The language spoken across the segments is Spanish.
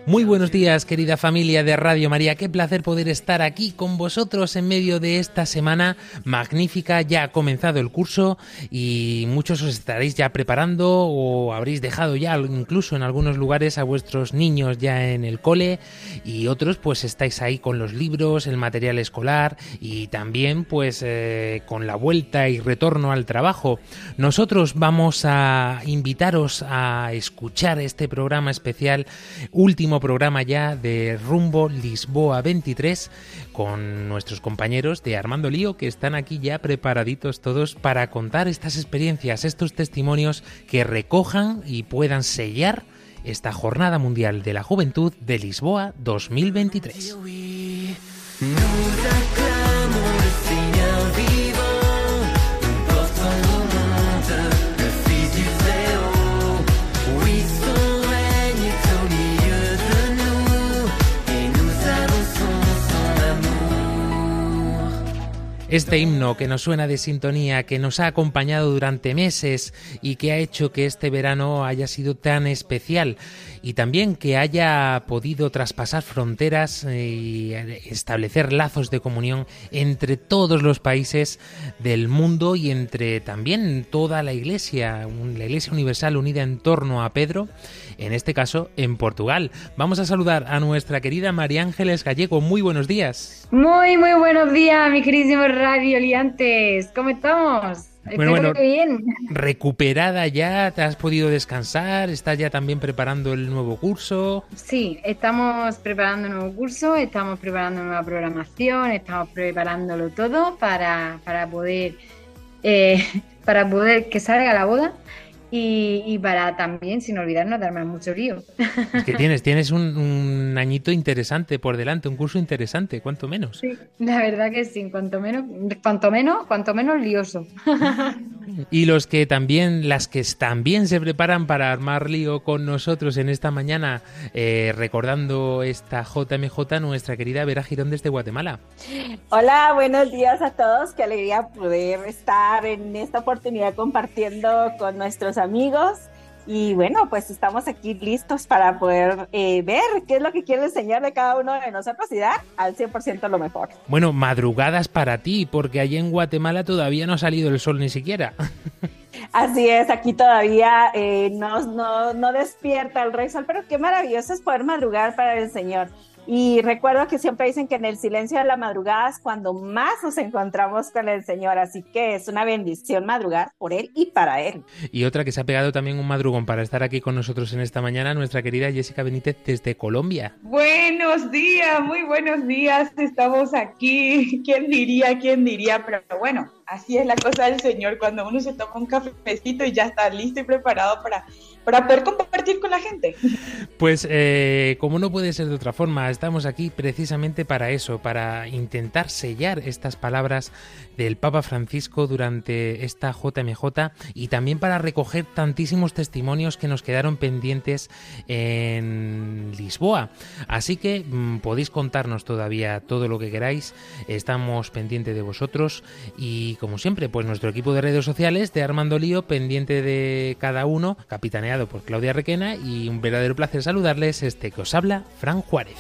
Muy buenos días, querida familia de Radio María. Qué placer poder estar aquí con vosotros en medio de esta semana magnífica. Ya ha comenzado el curso y muchos os estaréis ya preparando o habréis dejado ya incluso en algunos lugares a vuestros niños ya en el cole, y otros pues estáis ahí con los libros, el material escolar y también pues con la vuelta y retorno al trabajo. Nosotros vamos a invitaros a escuchar este programa especial, último programa ya de Rumbo Lisboa 23, con nuestros compañeros de Armando Lío, que están aquí ya preparaditos todos para contar estas experiencias, estos testimonios que recojan y puedan sellar esta Jornada Mundial de la Juventud de Lisboa 2023. Este himno que nos suena de sintonía, que nos ha acompañado durante meses y que ha hecho que este verano haya sido tan especial, y también que haya podido traspasar fronteras y establecer lazos de comunión entre todos los países del mundo y entre también toda la Iglesia Universal unida en torno a Pedro, en este caso en Portugal. Vamos a saludar a nuestra querida María Ángeles Gallego. Muy buenos días. Muy buenos días, mis queridísimos radioliantes. ¿Cómo estamos? Espero que bien. Recuperada ya, ¿te has podido descansar? ¿Estás ya también preparando el nuevo curso? Sí, estamos preparando un nuevo curso, estamos preparando nueva programación, estamos preparándolo todo para poder que salga la boda. Y para también, sin olvidarnos, darme mucho lío. Es que tienes un añito interesante por delante, un curso interesante, cuanto menos. Sí, la verdad que sí, cuanto menos lioso. Y las que también se preparan para armar lío con nosotros en esta mañana, recordando esta JMJ, nuestra querida Vera Girón desde Guatemala. Hola, buenos días a todos. Qué alegría poder estar en esta oportunidad compartiendo con nuestros amigos. Y bueno, pues estamos aquí listos para poder ver qué es lo que quiere el Señor de cada uno de nosotros y dar al 100% lo mejor. Bueno, madrugadas para ti, porque allí en Guatemala todavía no ha salido el sol ni siquiera. Así es, aquí todavía no despierta el rey sol, pero qué maravilloso es poder madrugar para el Señor. Y recuerdo que siempre dicen que en el silencio de la madrugada es cuando más nos encontramos con el Señor, así que es una bendición madrugar por Él y para Él. Y otra que se ha pegado también un madrugón para estar aquí con nosotros en esta mañana, nuestra querida Jessica Benítez desde Colombia. Buenos días, muy buenos días, estamos aquí. ¿Quién diría? Pero bueno, así es la cosa del Señor, cuando uno se toma un cafecito y ya está listo y preparado para poder compartir con la gente. Pues como no puede ser de otra forma, estamos aquí precisamente para eso, para intentar sellar estas palabras del Papa Francisco durante esta JMJ y también para recoger tantísimos testimonios que nos quedaron pendientes en Lisboa. Así que podéis contarnos todavía todo lo que queráis, estamos pendientes de vosotros y como siempre, pues nuestro equipo de redes sociales de Armando Lío pendiente de cada uno, capitaneado por Claudia Requena, y un verdadero placer saludarles, este que os habla, Fran Juárez.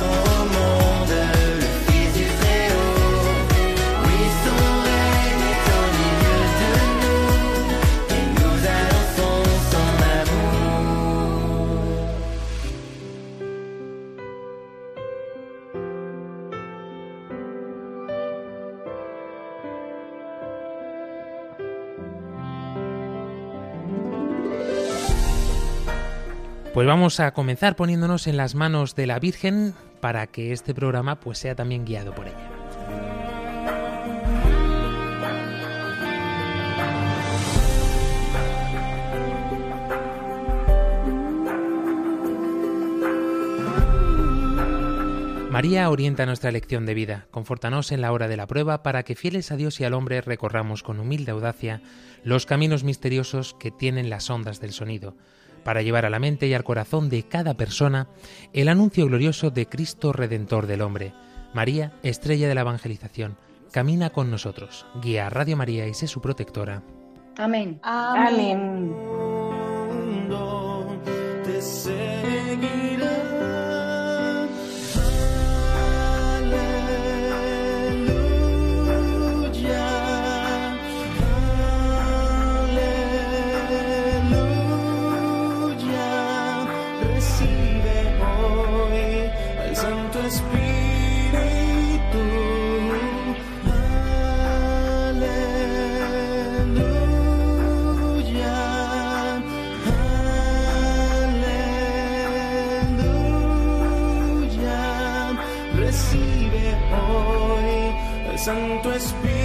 Pues vamos a comenzar poniéndonos en las manos de la Virgen para que este programa pues sea también guiado por ella. María orienta nuestra elección de vida, confórtanos en la hora de la prueba para que fieles a Dios y al hombre recorramos con humilde audacia los caminos misteriosos que tienen las ondas del sonido, para llevar a la mente y al corazón de cada persona el anuncio glorioso de Cristo Redentor del hombre. María, estrella de la evangelización, camina con nosotros, guía a Radio María y sé su protectora. Amén. Amén. Te seguirá. recibe hoy el Santo Espíritu.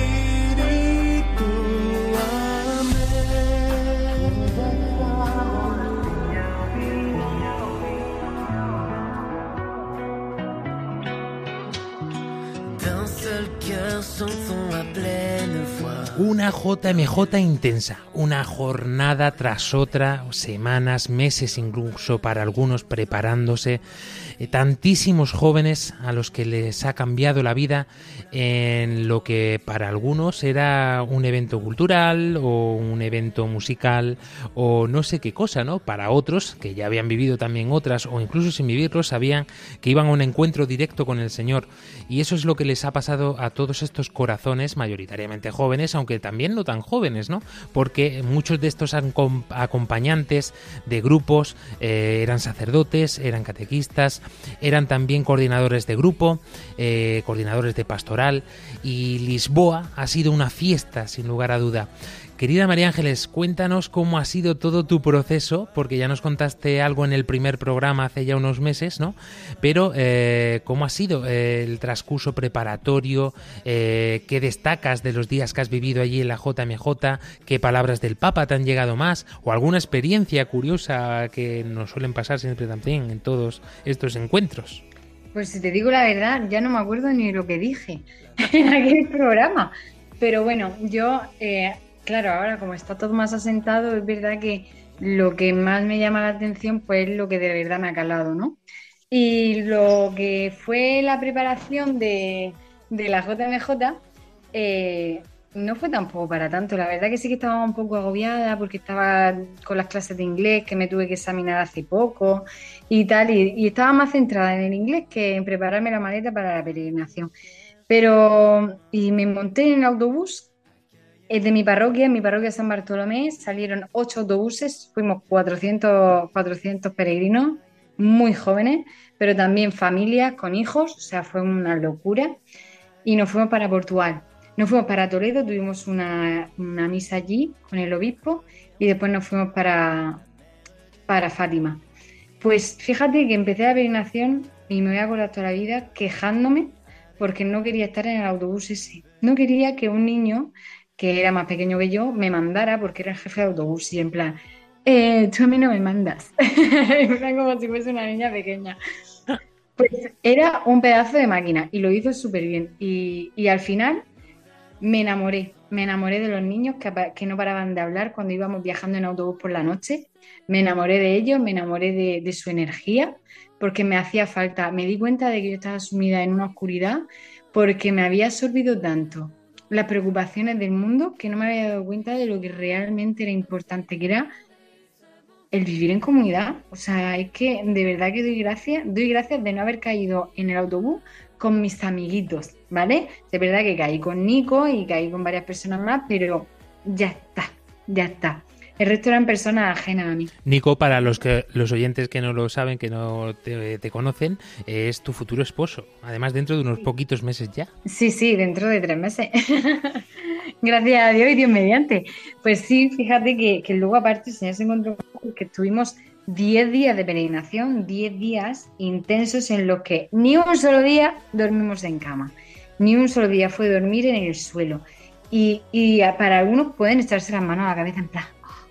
Una JMJ intensa, una jornada tras otra, semanas, meses incluso para algunos preparándose, tantísimos jóvenes a los que les ha cambiado la vida en lo que para algunos era un evento cultural o un evento musical o no sé qué cosa, ¿no? Para otros, que ya habían vivido también otras o incluso sin vivirlo, sabían que iban a un encuentro directo con el Señor, y eso es lo que les ha pasado a todos estos corazones mayoritariamente jóvenes, aunque también no tan jóvenes, ¿no? Porque muchos de estos acompañantes de grupos eran sacerdotes, eran catequistas, eran también coordinadores de grupo, coordinadores de pastoral, y Lisboa ha sido una fiesta, sin lugar a duda. Querida María Ángeles, cuéntanos cómo ha sido todo tu proceso, porque ya nos contaste algo en el primer programa hace ya unos meses, ¿no? Pero ¿cómo ha sido el transcurso preparatorio? ¿Qué destacas de los días que has vivido allí en la JMJ? ¿Qué palabras del Papa te han llegado más? ¿O alguna experiencia curiosa que nos suelen pasar siempre también en todos estos encuentros? Pues si te digo la verdad, ya no me acuerdo ni lo que dije en aquel programa. Pero bueno, yo... Claro, ahora como está todo más asentado, es verdad que lo que más me llama la atención pues es lo que de verdad me ha calado, ¿no? Y lo que fue la preparación de la JMJ no fue tampoco para tanto. La verdad que sí que estaba un poco agobiada porque estaba con las clases de inglés que me tuve que examinar hace poco y tal, y estaba más centrada en el inglés que en prepararme la maleta para la peregrinación. Y me monté en el autobús. Es de mi parroquia San Bartolomé, salieron 8 autobuses, fuimos 400 peregrinos, muy jóvenes, pero también familias con hijos, o sea, fue una locura. Y nos fuimos para Portugal, nos fuimos para Toledo, tuvimos una misa allí con el obispo y después nos fuimos para Fátima. Pues fíjate que empecé la peregrinación y me voy a acordar toda la vida quejándome porque no quería estar en el autobús ese. No quería que un niño que era más pequeño que yo, me mandara porque era el jefe de autobús y en plan, tú a mí no me mandas. En plan como si fuese una niña pequeña. Pues era un pedazo de máquina y lo hizo súper bien. Y al final me enamoré de los niños que no paraban de hablar cuando íbamos viajando en autobús por la noche. Me enamoré de ellos, me enamoré de su energía porque me hacía falta. Me di cuenta de que yo estaba sumida en una oscuridad porque me había absorbido tanto las preocupaciones del mundo que no me había dado cuenta de lo que realmente era importante, que era el vivir en comunidad. O sea, es que de verdad que doy gracias de no haber caído en el autobús con mis amiguitos, ¿vale? De verdad que caí con Nico y caí con varias personas más, pero ya está. El resto eran personas ajenas a mí. Nico, para los oyentes que no lo saben, que no te conocen, es tu futuro esposo. Además, dentro de unos poquitos meses ya. Sí, dentro de 3 meses. Gracias a Dios y Dios mediante. Pues sí, fíjate que luego aparte el Señor se encontró que estuvimos 10 días de peregrinación, 10 días intensos en los que ni un solo día dormimos en cama. Ni un solo día fue dormir en el suelo. Y para algunos pueden echarse las manos a la cabeza en plan...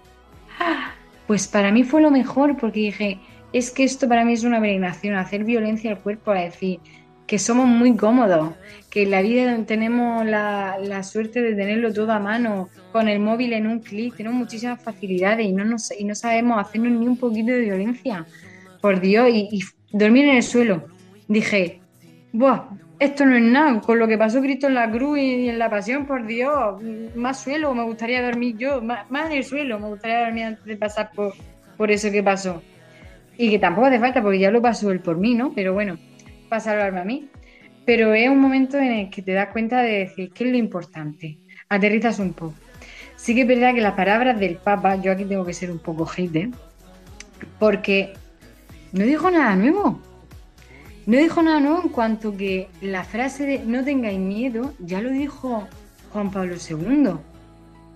Pues para mí fue lo mejor porque dije, es que esto para mí es una peregrinación, hacer violencia al cuerpo, a decir que somos muy cómodos, que en la vida tenemos la suerte de tenerlo todo a mano, con el móvil en un clic, tenemos muchísimas facilidades y no sabemos hacernos ni un poquito de violencia, por Dios, y dormir en el suelo. Dije, ¡buah! Esto no es nada, con lo que pasó Cristo en la cruz y en la pasión, por Dios, más suelo me gustaría dormir yo, más en el suelo me gustaría dormir antes de pasar por eso que pasó. Y que tampoco hace falta, porque ya lo pasó él por mí, ¿no? Pero bueno, para salvarme a mí. Pero es un momento en el que te das cuenta de decir, ¿qué es lo importante? Aterrizas un poco. Sí que es verdad que las palabras del Papa, yo aquí tengo que ser un poco hater, porque no dijo nada nuevo. No dijo nada nuevo en cuanto que la frase de no tengáis miedo ya lo dijo Juan Pablo II.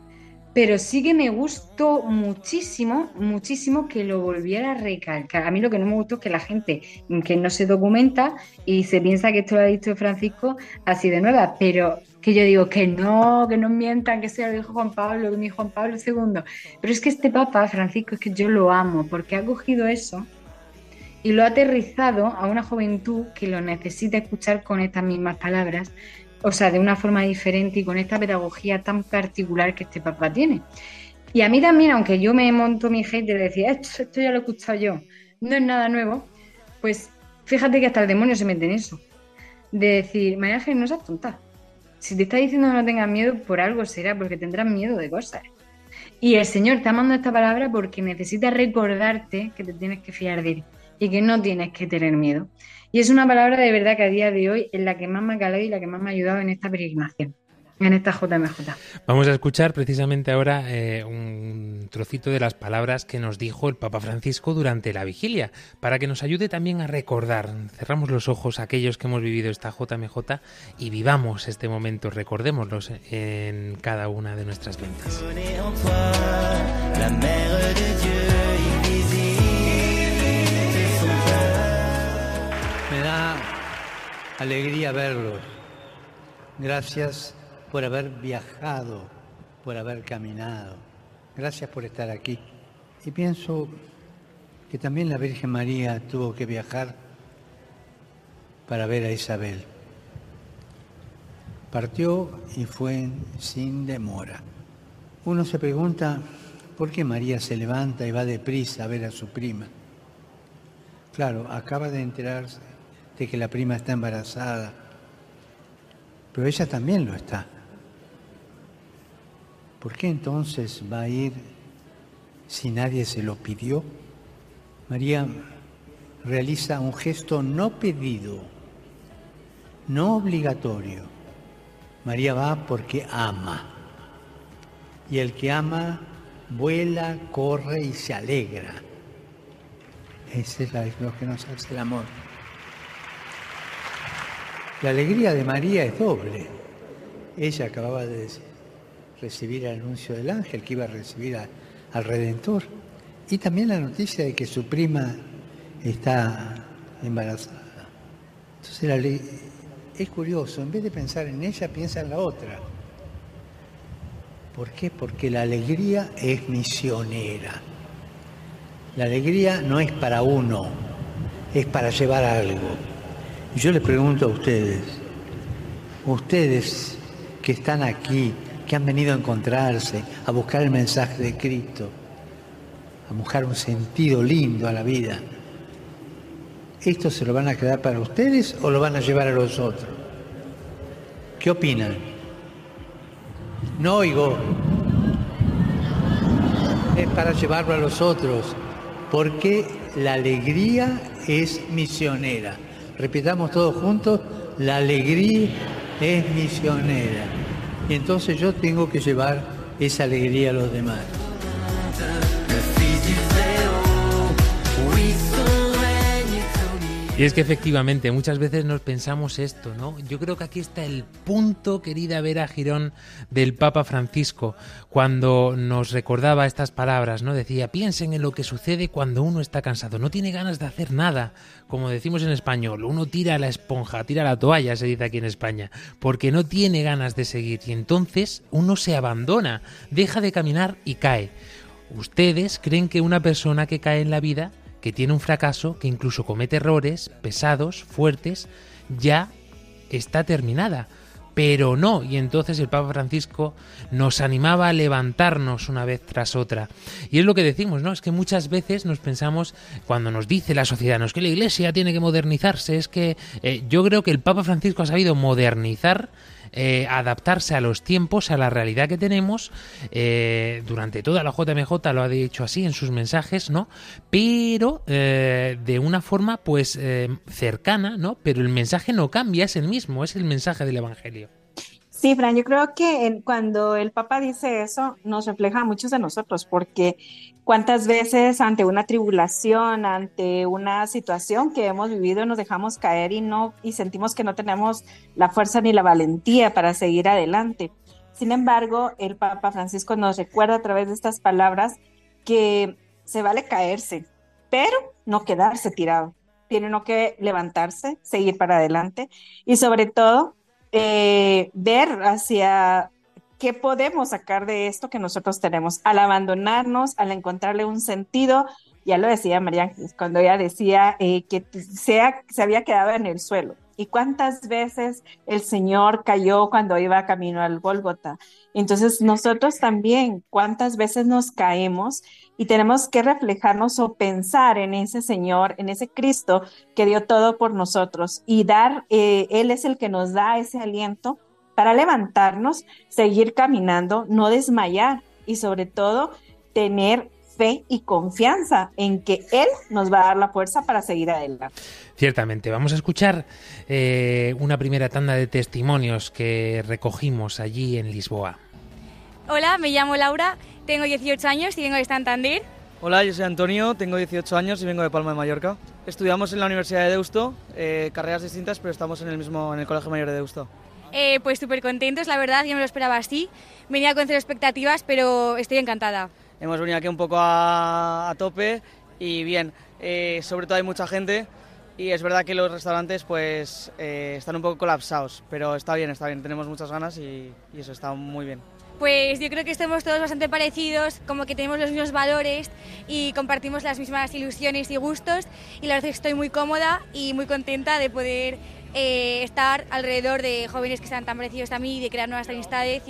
pero sí que me gustó muchísimo, muchísimo que lo volviera a recalcar. A mí lo que no me gustó es que la gente que no se documenta y se piensa que esto lo ha dicho Francisco así de nueva, pero que yo digo que no mientan, que sea lo dijo Juan Pablo, que mi Juan Pablo II. Pero es que este Papa, Francisco, es que yo lo amo, porque ha cogido eso y lo ha aterrizado a una juventud que lo necesita escuchar con estas mismas palabras, o sea, de una forma diferente y con esta pedagogía tan particular que este papá tiene. Y a mí también, aunque yo me monto mi hate de decir, esto ya lo he escuchado yo, no es nada nuevo, pues fíjate que hasta el demonio se mete en eso. De decir, María Ángeles, no seas tonta. Si te está diciendo que no tengas miedo, por algo será, porque tendrás miedo de cosas. Y el Señor te ha mandado esta palabra porque necesita recordarte que te tienes que fiar de Él y que no tienes que tener miedo. Y es una palabra de verdad que a día de hoy es la que más me ha calado y la que más me ha ayudado en esta peregrinación, en esta JMJ. Vamos a escuchar precisamente ahora un trocito de las palabras que nos dijo el Papa Francisco durante la vigilia, para que nos ayude también a recordar. Cerramos los ojos a aquellos que hemos vivido esta JMJ y vivamos este momento, recordémoslos en cada una de nuestras ventas. Me da alegría verlos. Gracias por haber viajado, por haber caminado. Gracias por estar aquí. Y pienso que también la Virgen María tuvo que viajar para ver a Isabel. Partió y fue sin demora. Uno se pregunta por qué María se levanta y va deprisa a ver a su prima. Claro, acaba de enterarse de que la prima está embarazada, pero ella también lo está. ¿Por qué entonces va a ir si nadie se lo pidió? María realiza un gesto no pedido, no obligatorio. María va porque ama. Y el que ama vuela, corre y se alegra. Ese es lo que nos hace el amor. La alegría de María es doble. Ella acababa de recibir el anuncio del ángel que iba a recibir al Redentor. Y también la noticia de que su prima está embarazada. Entonces es curioso, en vez de pensar en ella, piensa en la otra. ¿Por qué? Porque la alegría es misionera. La alegría no es para uno, es para llevar algo. Y yo les pregunto a ustedes que están aquí, que han venido a encontrarse, a buscar el mensaje de Cristo, a buscar un sentido lindo a la vida, ¿esto se lo van a quedar para ustedes o lo van a llevar a los otros? ¿Qué opinan? No oigo. Es para llevarlo a los otros, porque la alegría es misionera. Repitamos todos juntos, la alegría es misionera. Y entonces yo tengo que llevar esa alegría a los demás. Y es que efectivamente muchas veces nos pensamos esto, ¿no? Yo creo que aquí está el punto, querida Vera Girón, del Papa Francisco, cuando nos recordaba estas palabras, ¿no? Decía, piensen en lo que sucede cuando uno está cansado, no tiene ganas de hacer nada, como decimos en español, uno tira la esponja, tira la toalla, se dice aquí en España, porque no tiene ganas de seguir y entonces uno se abandona, deja de caminar y cae. ¿Ustedes creen que una persona que cae en la vida, que tiene un fracaso, que incluso comete errores pesados, fuertes, ya está terminada? Pero no, y entonces el Papa Francisco nos animaba a levantarnos una vez tras otra. Y es lo que decimos, ¿no? Es que muchas veces nos pensamos, cuando nos dice la sociedad, no es que la Iglesia tiene que modernizarse, es que yo creo que el Papa Francisco ha sabido modernizar, adaptarse a los tiempos, a la realidad que tenemos. Durante toda la JMJ lo ha dicho así en sus mensajes, ¿no? Pero de una forma pues cercana, ¿no? Pero el mensaje no cambia, es el mismo, es el mensaje del Evangelio. Sí, Fran, yo creo que cuando el Papa dice eso, nos refleja a muchos de nosotros, porque cuántas veces ante una tribulación, ante una situación que hemos vivido, nos dejamos caer y sentimos que no tenemos la fuerza ni la valentía para seguir adelante. Sin embargo, el Papa Francisco nos recuerda a través de estas palabras que se vale caerse, pero no quedarse tirado. Tiene uno que levantarse, seguir para adelante y sobre todo ver hacia qué podemos sacar de esto que nosotros tenemos. Al abandonarnos, al encontrarle un sentido, ya lo decía María Ángeles, cuando ella decía que se había quedado en el suelo. ¿Y cuántas veces el Señor cayó cuando iba camino al Gólgota? Entonces nosotros también, ¿cuántas veces nos caemos? Y tenemos que reflejarnos o pensar en ese Señor, en ese Cristo que dio todo por nosotros y Él es el que nos da ese aliento para levantarnos, seguir caminando, no desmayar y sobre todo tener fe y confianza en que Él nos va a dar la fuerza para seguir adelante. Ciertamente. Vamos a escuchar una primera tanda de testimonios que recogimos allí en Lisboa. Hola, me llamo Laura, tengo 18 años y vengo de Santander. Hola, yo soy Antonio, tengo 18 años y vengo de Palma de Mallorca. Estudiamos en la Universidad de Deusto, carreras distintas, pero estamos en el Colegio Mayor de Deusto. Pues súper contentos, la verdad, yo me lo esperaba así. Venía con cero expectativas, pero estoy encantada. Hemos venido aquí un poco a tope y bien, sobre todo hay mucha gente y es verdad que los restaurantes pues están un poco colapsados, pero está bien, tenemos muchas ganas y eso está muy bien. Pues yo creo que estamos todos bastante parecidos, como que tenemos los mismos valores y compartimos las mismas ilusiones y gustos y la verdad es que estoy muy cómoda y muy contenta de poder estar alrededor de jóvenes que sean tan parecidos a mí y de crear nuevas amistades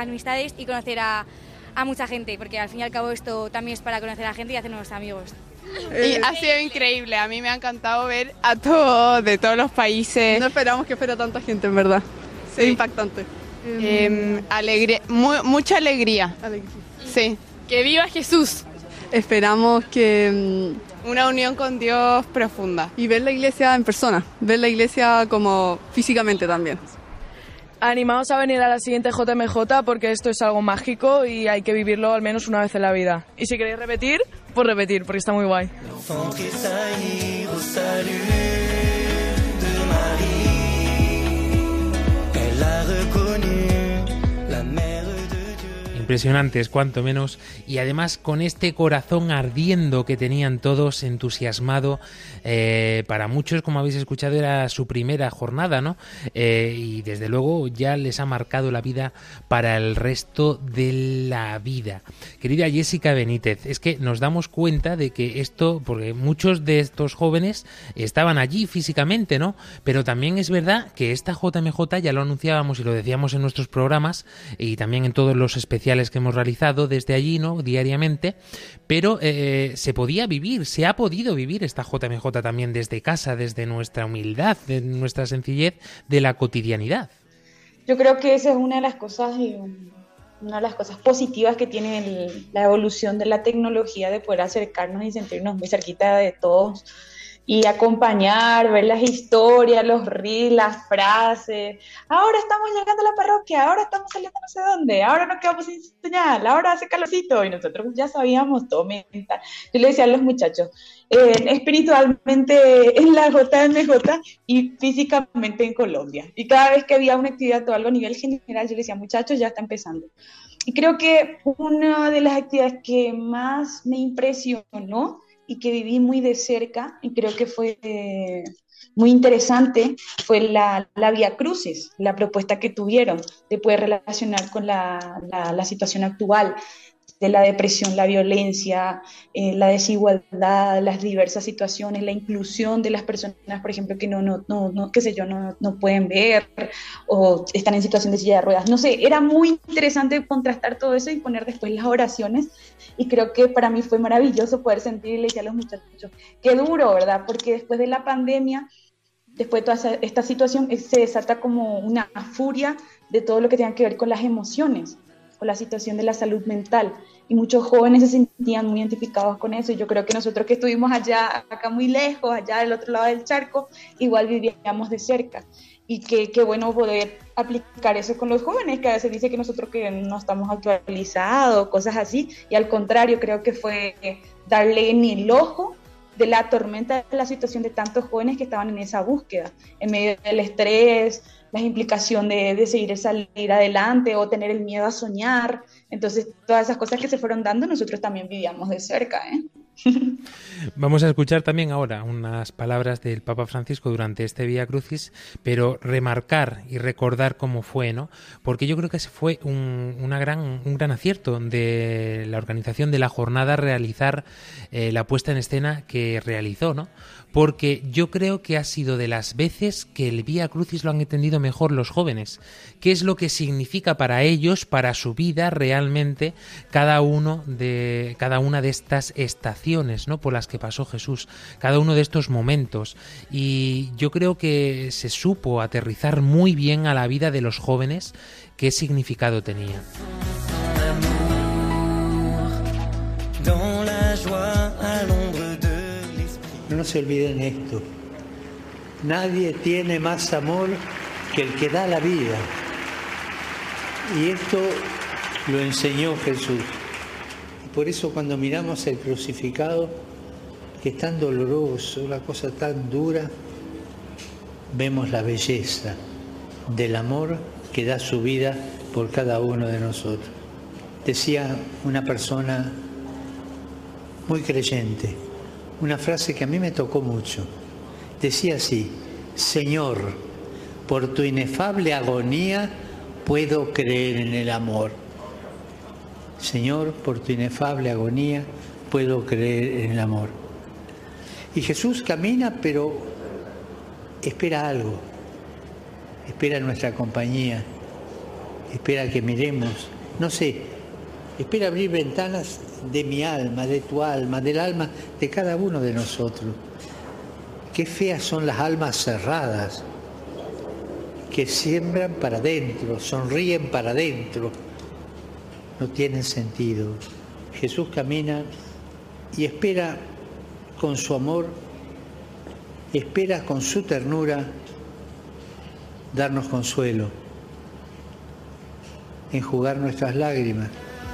y conocer a mucha gente, porque al fin y al cabo esto también es para conocer a la gente y hacer nuevos amigos. Y ha sido increíble, a mí me ha encantado ver a todos, de todos los países. No esperábamos que fuera tanta gente, en verdad. Sí. Es impactante. Alegría, mucha alegría. Sí. ¡Que viva Jesús! Esperamos que... una unión con Dios profunda. Y ver la iglesia en persona, ver la iglesia como físicamente también. Animaos a venir a la siguiente JMJ porque esto es algo mágico y hay que vivirlo al menos una vez en la vida. Y si queréis repetir, pues repetir, porque está muy guay. Impresionantes, cuanto menos, y además con este corazón ardiendo que tenían todos, entusiasmado. Para muchos, como habéis escuchado, era su primera jornada, ¿no? Y desde luego ya les ha marcado la vida para el resto de la vida. Querida Jessica Benítez, es que nos damos cuenta de que esto, porque muchos de estos jóvenes estaban allí físicamente, ¿no? Pero también es verdad que esta JMJ, ya lo anunciábamos y lo decíamos en nuestros programas y también en todos los especiales que hemos realizado desde allí, ¿no? Diariamente, pero se podía vivir, se ha podido vivir esta JMJ también desde casa, desde nuestra humildad, de nuestra sencillez, de la cotidianidad. Yo creo que esa es una de las cosas positivas que tiene la evolución de la tecnología, de poder acercarnos y sentirnos muy cerquita de todos y acompañar, ver las historias, los reels, las frases. Ahora estamos llegando a la parroquia, ahora estamos saliendo no sé dónde, ahora nos quedamos sin señal, ahora hace calorcito, y nosotros ya sabíamos todo mental. Yo le decía a los muchachos, espiritualmente en la JMJ y físicamente en Colombia. Y cada vez que había una actividad o algo a nivel general, yo le decía, muchachos, ya está empezando. Y creo que una de las actividades que más me impresionó y que viví muy de cerca, y creo que fue muy interesante, fue la Vía Crucis, la propuesta que tuvieron de poder relacionar con la situación actual de la depresión, la violencia, la desigualdad, las diversas situaciones, la inclusión de las personas, por ejemplo, que no pueden ver o están en situación de silla de ruedas. No sé, era muy interesante contrastar todo eso y poner después las oraciones, y creo que para mí fue maravilloso poder sentir y le decía a los muchachos, qué duro, ¿verdad? Porque después de la pandemia, después de toda esta situación, se desata como una furia de todo lo que tenga que ver con las emociones, con la situación de la salud mental, y muchos jóvenes se sentían muy identificados con eso, y yo creo que nosotros que estuvimos acá muy lejos, allá del otro lado del charco, igual vivíamos de cerca, y qué bueno poder aplicar eso con los jóvenes, que a veces dice que nosotros que no estamos actualizados, cosas así, y al contrario, creo que fue darle en el ojo de la tormenta de la situación de tantos jóvenes que estaban en esa búsqueda, en medio del estrés, las implicaciones de seguir salir adelante o tener el miedo a soñar. Entonces, todas esas cosas que se fueron dando, nosotros también vivíamos de cerca, ¿eh? Vamos a escuchar también ahora unas palabras del Papa Francisco durante este Vía Crucis, pero remarcar y recordar cómo fue, ¿no? Porque yo creo que ese fue un gran acierto de la organización de la jornada, realizar la puesta en escena que realizó, ¿no? Porque yo creo que ha sido de las veces que el Vía Crucis lo han entendido mejor los jóvenes. ¿Qué es lo que significa para ellos, para su vida realmente, cada una de estas estaciones, ¿no?, por las que pasó Jesús, cada uno de estos momentos? Y yo creo que se supo aterrizar muy bien a la vida de los jóvenes qué significado tenía. No se olviden esto. Nadie tiene más amor que el que da la vida. Y esto lo enseñó Jesús. Y por eso cuando miramos el crucificado, que es tan doloroso, una cosa tan dura, vemos la belleza del amor que da su vida por cada uno de nosotros. Decía una persona muy creyente, una frase que a mí me tocó mucho. Decía así: Señor, por tu inefable agonía puedo creer en el amor. Señor, por tu inefable agonía puedo creer en el amor. Y Jesús camina, pero espera algo. Espera nuestra compañía. Espera que miremos, no sé, espera abrir ventanas de mi alma, de tu alma, del alma de cada uno de nosotros. Qué feas son las almas cerradas, que siembran para adentro, sonríen para adentro. No tienen sentido. Jesús camina y espera con su amor, espera con su ternura darnos consuelo, enjugar nuestras lágrimas.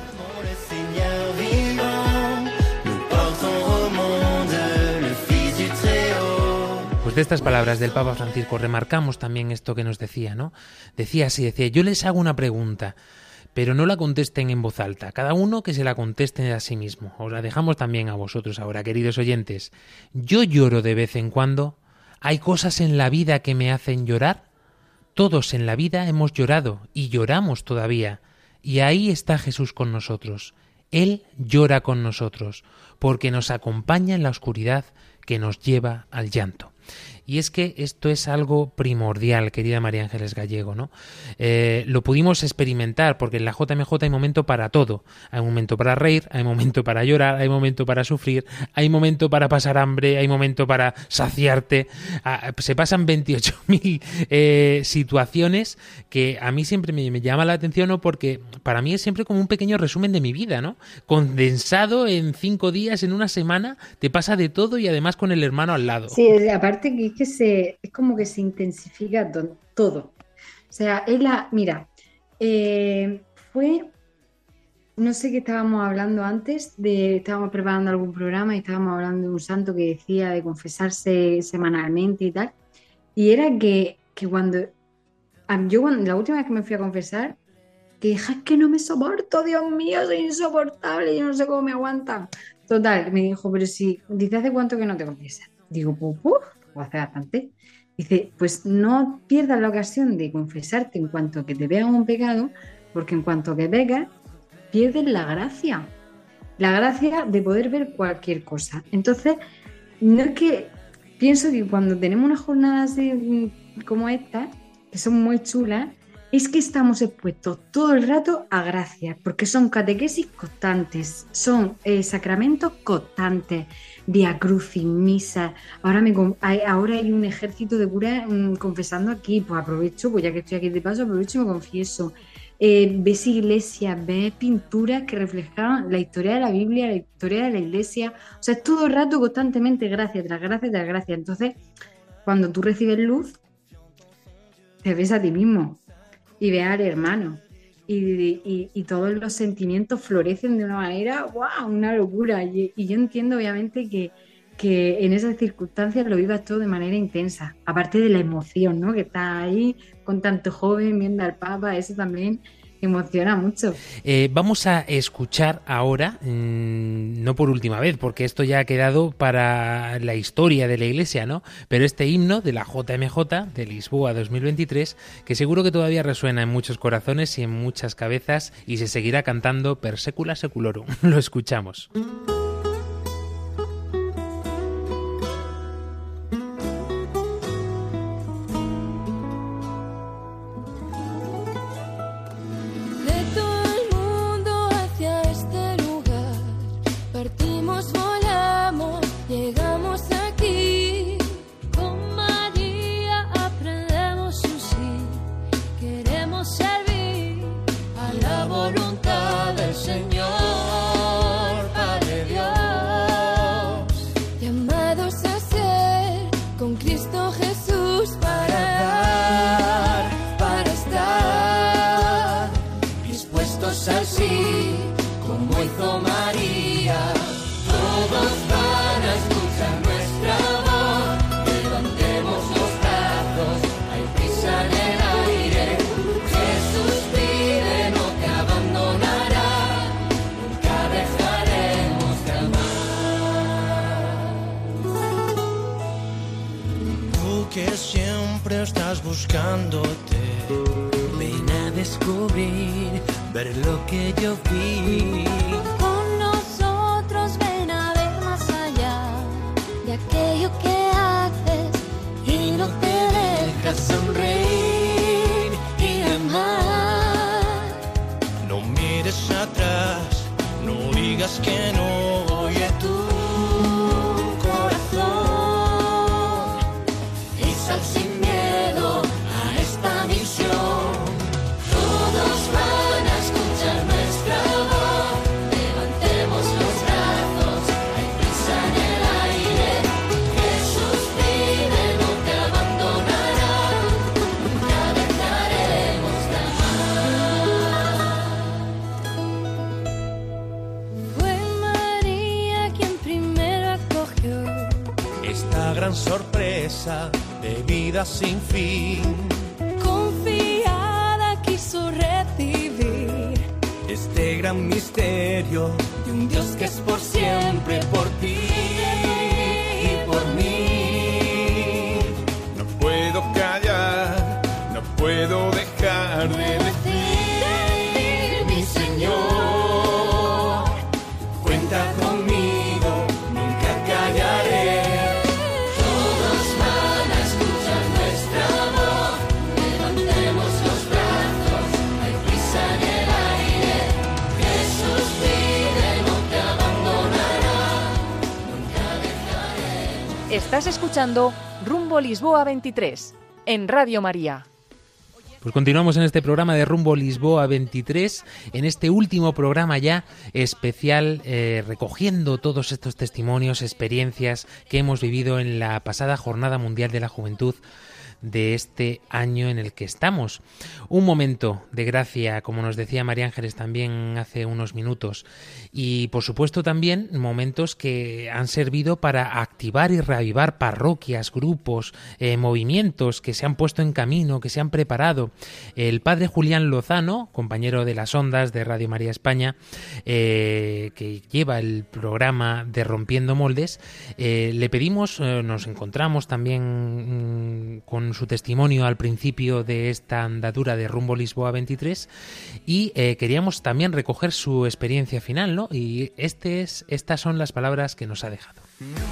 Pues de estas palabras del Papa Francisco remarcamos también esto que nos decía, ¿no? Decía así, yo les hago una pregunta, pero no la contesten en voz alta, cada uno que se la conteste a sí mismo. Os la dejamos también a vosotros ahora, queridos oyentes. ¿Yo lloro de vez en cuando? ¿Hay cosas en la vida que me hacen llorar? Todos en la vida hemos llorado y lloramos todavía. Y ahí está Jesús con nosotros. Él llora con nosotros, porque nos acompaña en la oscuridad que nos lleva al llanto. Y es que esto es algo primordial, querida María Ángeles Gallego, ¿no? Lo pudimos experimentar, porque en la JMJ hay momento para todo. Hay momento para reír, hay momento para llorar, hay momento para sufrir, hay momento para pasar hambre, hay momento para saciarte. Se pasan 28.000 situaciones que a mí siempre me llama la atención, ¿no? Porque para mí es siempre como un pequeño resumen de mi vida, ¿no? Condensado en 5 días, en una semana, te pasa de todo y además con el hermano al lado. Sí, aparte que es como que se intensifica todo. O sea, fue, no sé qué estábamos hablando antes, estábamos preparando algún programa y estábamos hablando de un santo que decía de confesarse semanalmente y tal, y era que cuando la última vez que me fui a confesar, que es que no me soporto, Dios mío, soy insoportable, yo no sé cómo me aguantan. Total, me dijo, pero si, dice, ¿hace cuánto que no te confiesas? Digo, pues hace bastante. Dice, pues no pierdas la ocasión de confesarte en cuanto que te vean un pecado, porque en cuanto que pecas, pierdes la gracia de poder ver cualquier cosa. Entonces, no es que pienso que cuando tenemos unas jornadas como estas, que son muy chulas, es que estamos expuestos todo el rato a gracias, porque son catequesis constantes, son sacramentos constantes, Vía Crucis, misa. Ahora hay un ejército de curas confesando aquí, pues aprovecho, pues ya que estoy aquí de paso, aprovecho y me confieso. Ves iglesias, ves pinturas que reflejaban la historia de la Biblia, la historia de la iglesia, o sea, es todo el rato constantemente gracia tras gracia tras gracia. Entonces, cuando tú recibes luz, te ves a ti mismo y ves al hermano y todos los sentimientos florecen de una manera, ¡wow!, una locura. Y yo entiendo obviamente que que en esas circunstancias lo vivas todo de manera intensa, aparte de la emoción, ¿no? Que está ahí con tanto joven viendo al Papa, eso también emociona mucho. Vamos a escuchar ahora, no por última vez, porque esto ya ha quedado para la historia de la Iglesia, ¿no? Pero este himno de la JMJ de Lisboa 2023, que seguro que todavía resuena en muchos corazones y en muchas cabezas y se seguirá cantando per secula seculorum. Lo escuchamos. Estás buscándote, ven a descubrir, ver lo que yo vi. Con nosotros ven a ver más allá de aquello que haces y no te dejas sonreír y amar. No mires atrás, no digas que no, oye tu corazón y sal sin sorpresa de vida sin fin. Confiada quiso recibir este gran misterio de un Dios que es por siempre, por ti y por mí. No puedo callar, no puedo dejar de decir, mi Señor, cuenta conmigo, nunca callaré. Estás escuchando Rumbo Lisboa 23 en Radio María. Pues continuamos en este programa de Rumbo Lisboa 23, en este último programa ya especial, recogiendo todos estos testimonios, experiencias que hemos vivido en la pasada Jornada Mundial de la Juventud de este año en el que estamos. Un momento de gracia, como nos decía María Ángeles también hace unos minutos, y por supuesto también momentos que han servido para activar y reavivar parroquias, grupos, movimientos que se han puesto en camino, que se han preparado. El padre Julián Lozano, compañero de las ondas de Radio María España, que lleva el programa de Rompiendo Moldes, le pedimos, nos encontramos también con su testimonio al principio de esta andadura de Rumbo Lisboa 23 y queríamos también recoger su experiencia final, ¿no? Y estas son las palabras que nos ha dejado.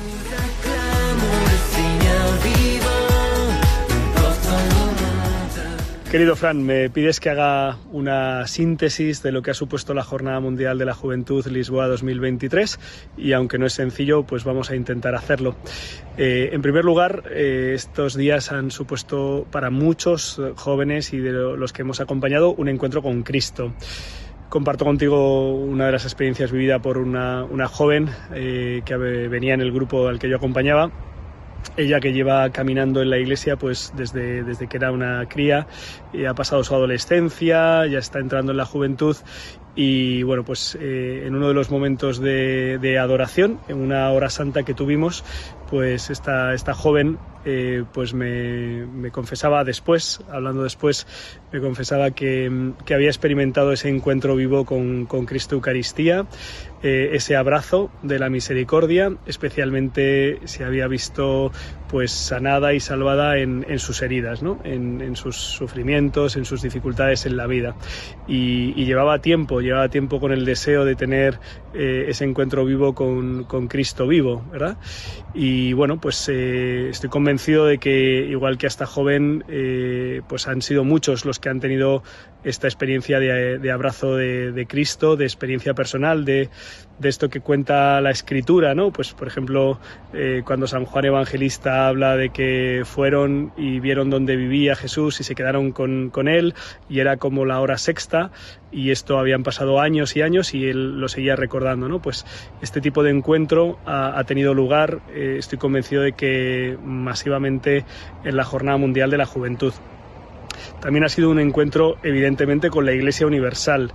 Querido Fran, me pides que haga una síntesis de lo que ha supuesto la Jornada Mundial de la Juventud Lisboa 2023 y aunque no es sencillo, pues vamos a intentar hacerlo. En primer lugar, estos días han supuesto para muchos jóvenes y de los que hemos acompañado un encuentro con Cristo. Comparto contigo una de las experiencias vividas por una joven que venía en el grupo al que yo acompañaba. Ella, que lleva caminando en la iglesia pues desde que era una cría, ha pasado su adolescencia, ya está entrando en la juventud Y bueno, pues en uno de los momentos de adoración, en una hora santa que tuvimos, pues esta joven pues me confesaba después, hablando después, me confesaba que había experimentado ese encuentro vivo con Cristo Eucaristía, ese abrazo de la misericordia, especialmente se había visto pues sanada y salvada en sus heridas, ¿no? En sus sufrimientos, en sus dificultades en la vida. Y llevaba tiempo con el deseo de tener ese encuentro vivo con Cristo vivo, ¿verdad? Y bueno, pues estoy convencido de que, igual que a esta joven, pues han sido muchos los que han tenido esta experiencia de abrazo de Cristo, de experiencia personal, de esto que cuenta la Escritura, ¿no? Pues, por ejemplo, cuando San Juan Evangelista habla de que fueron y vieron dónde vivía Jesús y se quedaron con él, y era como la hora sexta, y esto habían pasado años y años y él lo seguía recordando, ¿no? Pues este tipo de encuentro ha tenido lugar, estoy convencido de que masivamente en la Jornada Mundial de la Juventud. También ha sido un encuentro, evidentemente, con la Iglesia Universal.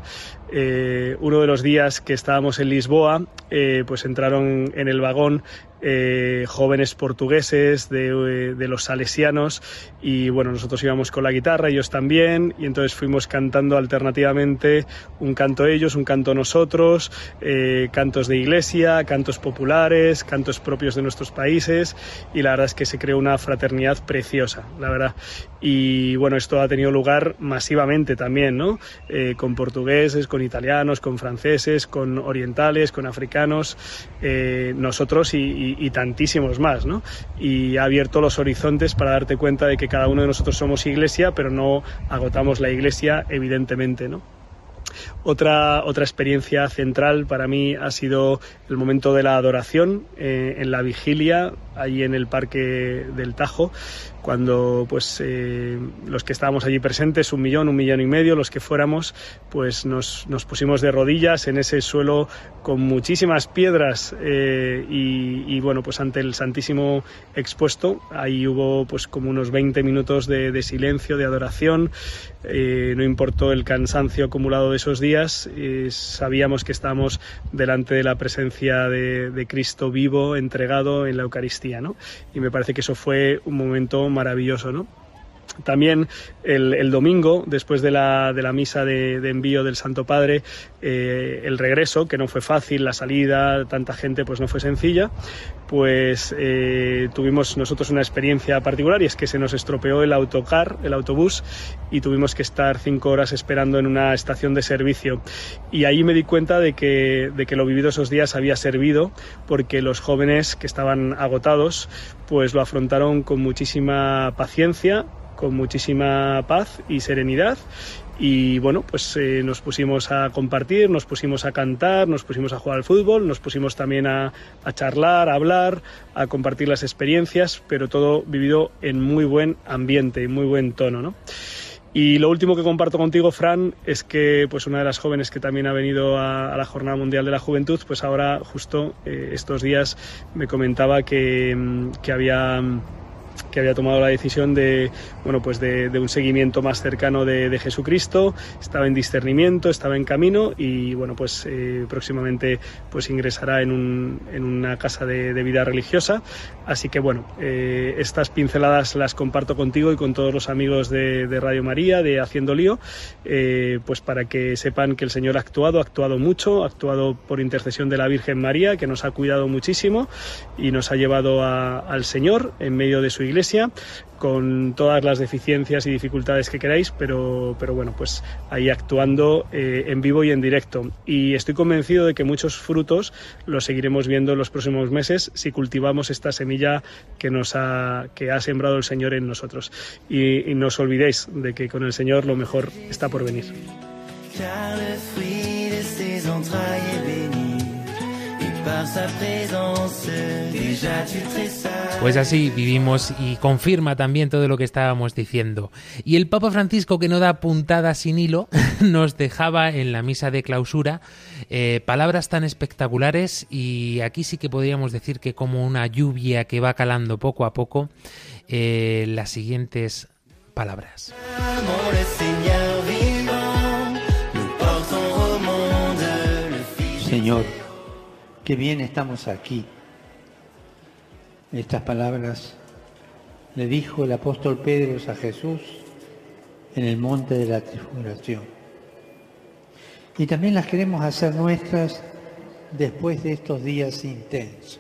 Uno de los días que estábamos en Lisboa, pues entraron en el vagón jóvenes portugueses de los salesianos, y bueno, nosotros íbamos con la guitarra, ellos también, y entonces fuimos cantando alternativamente, un canto ellos, un canto nosotros, cantos de iglesia, cantos populares, cantos propios de nuestros países, y la verdad es que se creó una fraternidad preciosa, la verdad. Y bueno, esto ha tenido lugar masivamente también, ¿no? Con portugueses, con italianos, con franceses, con orientales, con africanos, nosotros y tantísimos más, ¿no? Y ha abierto los horizontes para darte cuenta de que cada uno de nosotros somos iglesia, pero no agotamos la iglesia, evidentemente, ¿no? Otra experiencia central para mí ha sido el momento de la adoración en la vigilia, allí en el Parque del Tajo, cuando pues los que estábamos allí presentes, 1 millón, 1,5 millones, los que fuéramos, pues nos pusimos de rodillas en ese suelo con muchísimas piedras y bueno, pues ante el Santísimo expuesto. Ahí hubo pues como unos 20 minutos de silencio, de adoración. No importó el cansancio acumulado de esos días, sabíamos que estábamos delante de la presencia de Cristo vivo, entregado en la Eucaristía, ¿no? Y me parece que eso fue un momento maravilloso, ¿no? También el domingo, después de la misa de envío del Santo Padre, el regreso, que no fue fácil, la salida, tanta gente, pues no fue sencilla, pues tuvimos nosotros una experiencia particular, y es que se nos estropeó el autobús, y tuvimos que estar 5 horas esperando en una estación de servicio. Y ahí me di cuenta de que lo vivido esos días había servido, porque los jóvenes que estaban agotados, pues lo afrontaron con muchísima paciencia, con muchísima paz y serenidad, y bueno, pues nos pusimos a compartir, nos pusimos a cantar, nos pusimos a jugar al fútbol, nos pusimos también a charlar, a hablar, a compartir las experiencias, pero todo vivido en muy buen ambiente y muy buen tono, ¿no? Y lo último que comparto contigo, Fran, es que pues una de las jóvenes que también ha venido a la Jornada Mundial de la Juventud, pues ahora justo estos días me comentaba que había tomado la decisión de un seguimiento más cercano de Jesucristo, estaba en discernimiento, estaba en camino, y bueno, pues próximamente pues ingresará en una casa de vida religiosa. Así que bueno, estas pinceladas las comparto contigo y con todos los amigos de Radio María, de Haciendo Lío, pues para que sepan que el Señor ha actuado mucho, ha actuado por intercesión de la Virgen María, que nos ha cuidado muchísimo y nos ha llevado al Señor en medio de su Iglesia, con todas las deficiencias y dificultades que queráis, pero bueno, pues ahí actuando en vivo y en directo. Y estoy convencido de que muchos frutos los seguiremos viendo en los próximos meses si cultivamos esta semilla que ha sembrado el Señor en nosotros. Y no os olvidéis de que con el Señor lo mejor está por venir. Pues así vivimos, y confirma también todo lo que estábamos diciendo. Y el Papa Francisco, que no da puntada sin hilo, nos dejaba en la misa de clausura palabras tan espectaculares, y aquí sí que podríamos decir que como una lluvia que va calando poco a poco, las siguientes palabras. Señor, qué bien estamos aquí. Estas palabras le dijo el apóstol Pedro a Jesús en el monte de la Transfiguración. Y también las queremos hacer nuestras después de estos días intensos.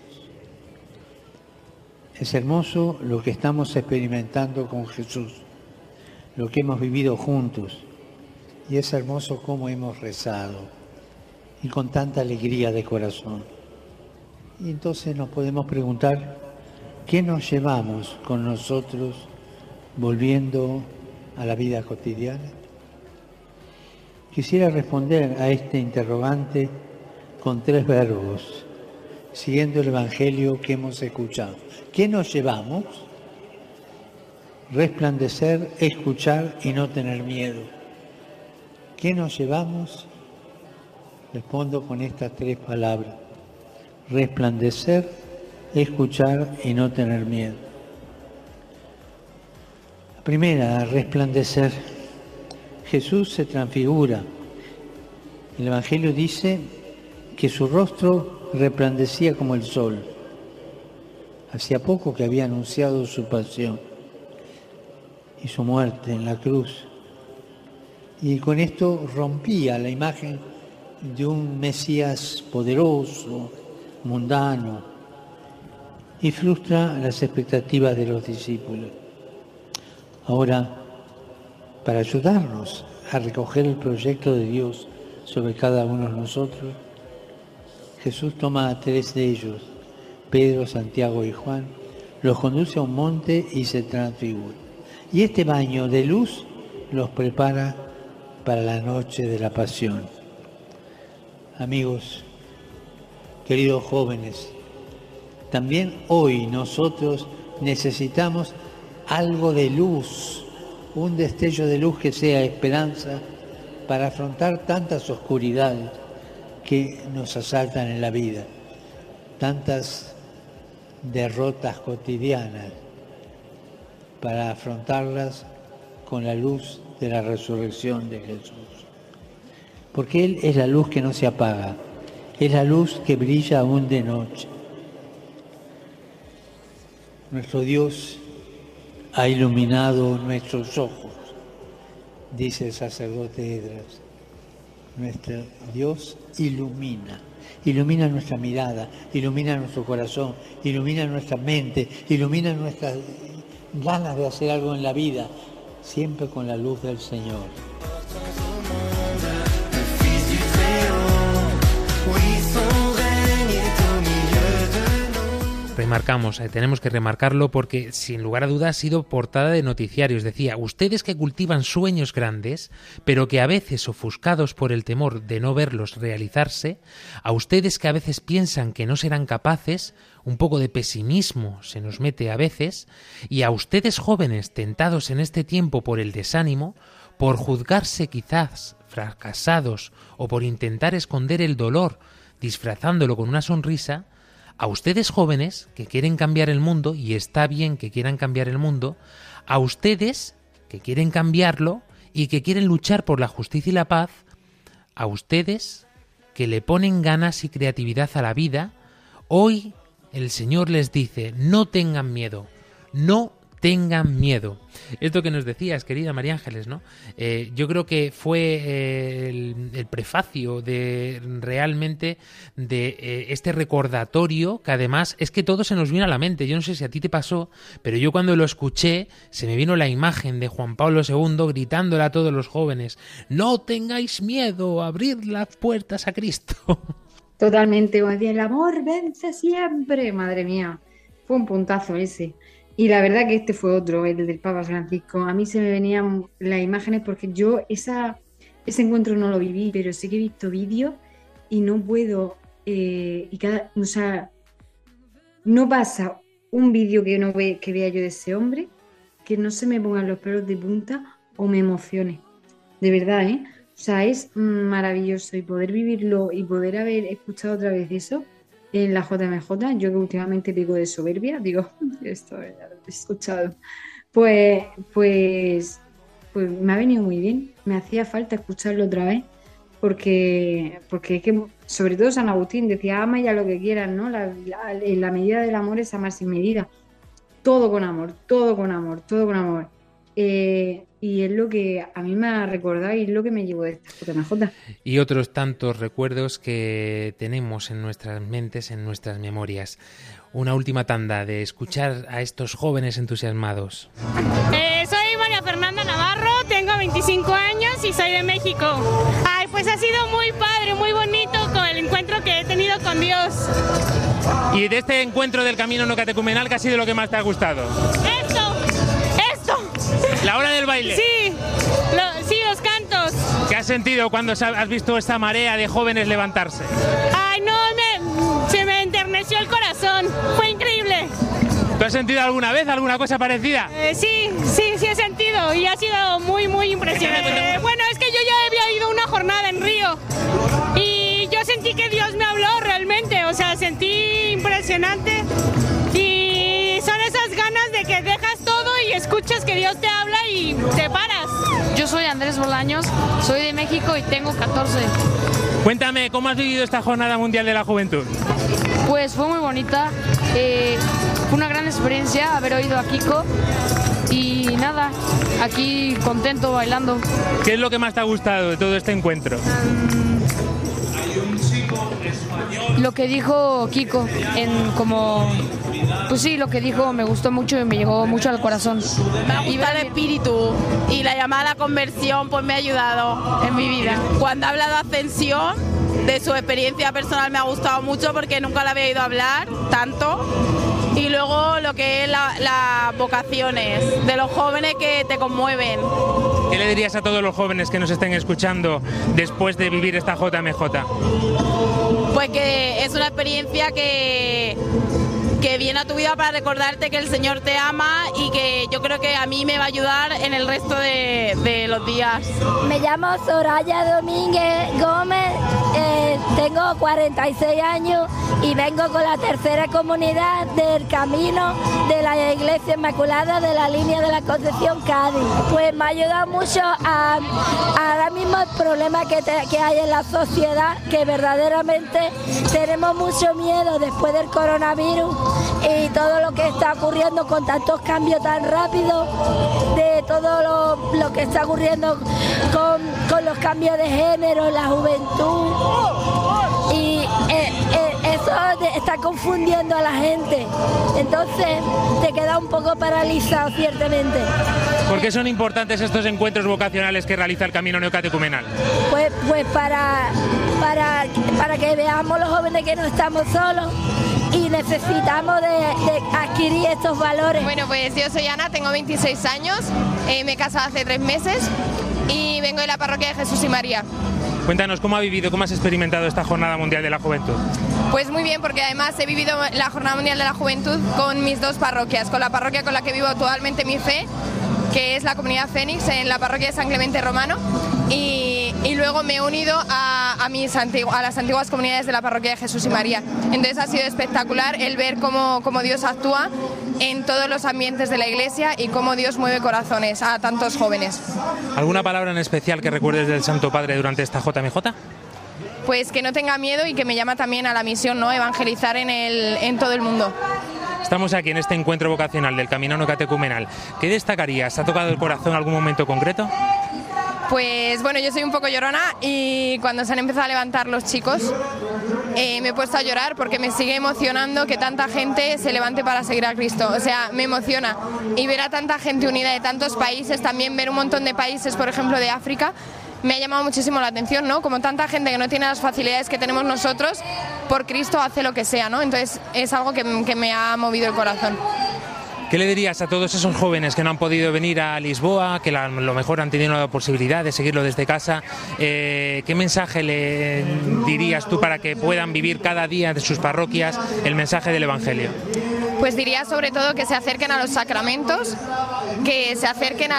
Es hermoso lo que estamos experimentando con Jesús, lo que hemos vivido juntos, y es hermoso cómo hemos rezado, y con tanta alegría de corazón. Y entonces nos podemos preguntar, ¿qué nos llevamos con nosotros volviendo a la vida cotidiana? Quisiera responder a este interrogante con 3 verbos, siguiendo el Evangelio que hemos escuchado. ¿Qué nos llevamos? Resplandecer, escuchar y no tener miedo. ¿Qué nos llevamos? Respondo con estas 3 palabras. Resplandecer, escuchar y no tener miedo. La primera, resplandecer. Jesús se transfigura. El Evangelio dice que su rostro resplandecía como el sol. Hacía poco que había anunciado su pasión y su muerte en la cruz. Y con esto rompía la imagen de un Mesías poderoso, mundano, y frustra las expectativas de los discípulos. Ahora, para ayudarnos a recoger el proyecto de Dios sobre cada uno de nosotros, Jesús toma a 3 de ellos, Pedro, Santiago y Juan, los conduce a un monte y se transfigura. Y este baño de luz los prepara para la noche de la pasión. Amigos, queridos jóvenes, también hoy nosotros necesitamos algo de luz, un destello de luz que sea esperanza para afrontar tantas oscuridades que nos asaltan en la vida, tantas derrotas cotidianas, para afrontarlas con la luz de la resurrección de Jesús. Porque Él es la luz que no se apaga, es la luz que brilla aún de noche. Nuestro Dios ha iluminado nuestros ojos, dice el sacerdote Esdras. Nuestro Dios ilumina nuestra mirada, ilumina nuestro corazón, ilumina nuestra mente, ilumina nuestras ganas de hacer algo en la vida, siempre con la luz del Señor. Remarcamos, tenemos que remarcarlo porque sin lugar a dudas ha sido portada de noticiarios. Decía, ustedes que cultivan sueños grandes, pero que a veces ofuscados por el temor de no verlos realizarse, a ustedes que a veces piensan que no serán capaces, un poco de pesimismo se nos mete a veces, y a ustedes jóvenes tentados en este tiempo por el desánimo, por juzgarse quizás fracasados o por intentar esconder el dolor disfrazándolo con una sonrisa, a ustedes jóvenes que quieren cambiar el mundo, y está bien que quieran cambiar el mundo, a ustedes que quieren cambiarlo y que quieren luchar por la justicia y la paz, a ustedes que le ponen ganas y creatividad a la vida, hoy el Señor les dice, no tengan miedo, no tengan miedo. Esto que nos decías, querida María Ángeles, ¿no? Yo creo que fue el prefacio de realmente de este recordatorio, que además es que todo se nos vino a la mente. Yo no sé si a ti te pasó, pero yo cuando lo escuché se me vino la imagen de Juan Pablo II gritándole a todos los jóvenes, no tengáis miedo, abrid las puertas a Cristo. Totalmente, el amor vence siempre, madre mía, fue un puntazo ese. Y la verdad que este fue otro, el del Papa Francisco. A mí se me venían las imágenes porque yo ese encuentro no lo viví, pero sí que he visto vídeos y no puedo, no pasa un vídeo que vea yo de ese hombre que no se me pongan los pelos de punta o me emocione. De verdad, ¿eh? O sea, es maravilloso y poder vivirlo y poder haber escuchado otra vez eso en la JMJ, yo que últimamente pico de soberbia, digo, esto ya lo he escuchado, pues me ha venido muy bien, me hacía falta escucharlo otra vez, porque es que, sobre todo San Agustín decía, ama ya lo que quieras, ¿no? La medida del amor es amar sin medida. Todo con amor, todo con amor, todo con amor. Y es lo que a mí me ha recordado y es lo que me llevo de esta JMJ. Y otros tantos recuerdos que tenemos en nuestras mentes, en nuestras memorias. Una última tanda de escuchar a estos jóvenes entusiasmados. Soy María Fernanda Navarro, tengo 25 años y soy de México. Ay, pues ha sido muy padre, muy bonito con el encuentro que he tenido con Dios. Y de este encuentro del camino no catecumenal, ¿qué ha sido lo que más te ha gustado? Esto. ¿La hora del baile? Sí, los cantos. ¿Qué has sentido cuando has visto esta marea de jóvenes levantarse? Ay, no, se me enterneció el corazón, fue increíble. ¿Tú has sentido alguna vez alguna cosa parecida? Sí he sentido y ha sido muy, muy impresionante. Bueno, es que yo ya había ido a una jornada en Río y yo sentí que Dios me habló realmente, o sea, sentí impresionante y son esas ganas de que dejas todo y escuchas que Dios te habla y te paras. Yo soy Andrés Bolaños, soy de México y tengo 14. Cuéntame, ¿cómo has vivido esta Jornada Mundial de la Juventud? Pues fue muy bonita, fue una gran experiencia haber oído a Kiko y nada, aquí contento bailando. ¿Qué es lo que más te ha gustado de todo este encuentro? Lo que dijo Kiko, pues sí, lo que dijo me gustó mucho y me llegó mucho al corazón. Me ha gustado el espíritu y la llamada a la conversión pues me ha ayudado en mi vida. Cuando habla de ascensión, de su experiencia personal me ha gustado mucho porque nunca la había oído hablar tanto. Y luego lo que es las vocaciones de los jóvenes que te conmueven. ¿Qué le dirías a todos los jóvenes que nos estén escuchando después de vivir esta JMJ? Pues que es una experiencia que viene a tu vida para recordarte que el Señor te ama y que yo creo que a mí me va a ayudar en el resto de los días. Me llamo Soraya Domínguez Gómez, tengo 46 años y vengo con la tercera comunidad del Camino de la Iglesia Inmaculada de la línea de la Concepción Cádiz. Pues me ha ayudado mucho a ahora mismo el problema que hay en la sociedad, que verdaderamente tenemos mucho miedo después del coronavirus y todo lo que está ocurriendo con tantos cambios tan rápidos, de todo lo que está ocurriendo con los cambios de género, la juventud, y eso está confundiendo a la gente, entonces te queda un poco paralizado ciertamente. ¿Por qué son importantes estos encuentros vocacionales que realiza el Camino Neocatecumenal? Pues para que veamos los jóvenes que no estamos solos y necesitamos de adquirir estos valores. Bueno, pues yo soy Ana, tengo 26 años, me he casado hace 3 meses y vengo de la parroquia de Jesús y María. Cuéntanos, ¿cómo has experimentado esta Jornada Mundial de la Juventud? Pues muy bien, porque además he vivido la Jornada Mundial de la Juventud con mis 2 parroquias, con la parroquia con la que vivo actualmente mi fe, que es la Comunidad Fénix en la parroquia de San Clemente Romano, y luego me he unido a las antiguas comunidades de la parroquia de Jesús y María. Entonces ha sido espectacular el ver cómo Dios actúa en todos los ambientes de la iglesia y cómo Dios mueve corazones a tantos jóvenes. ¿Alguna palabra en especial que recuerdes del Santo Padre durante esta JMJ? Pues que no tenga miedo y que me llama también a la misión, ¿no? Evangelizar en todo el mundo. Estamos aquí en este encuentro vocacional del Camino Neocatecumenal. ¿Qué destacarías? ¿Ha tocado el corazón algún momento concreto? Pues bueno, yo soy un poco llorona y cuando se han empezado a levantar los chicos me he puesto a llorar porque me sigue emocionando que tanta gente se levante para seguir a Cristo. O sea, me emociona. Y ver a tanta gente unida de tantos países, también ver un montón de países, por ejemplo, de África, me ha llamado muchísimo la atención, ¿no? Como tanta gente que no tiene las facilidades que tenemos nosotros, por Cristo hace lo que sea, ¿no? Entonces es algo que me ha movido el corazón. ¿Qué le dirías a todos esos jóvenes que no han podido venir a Lisboa, que a lo mejor han tenido la posibilidad de seguirlo desde casa? ¿Qué mensaje le dirías tú para que puedan vivir cada día de sus parroquias el mensaje del Evangelio? Pues diría sobre todo que se acerquen a los sacramentos, que se acerquen a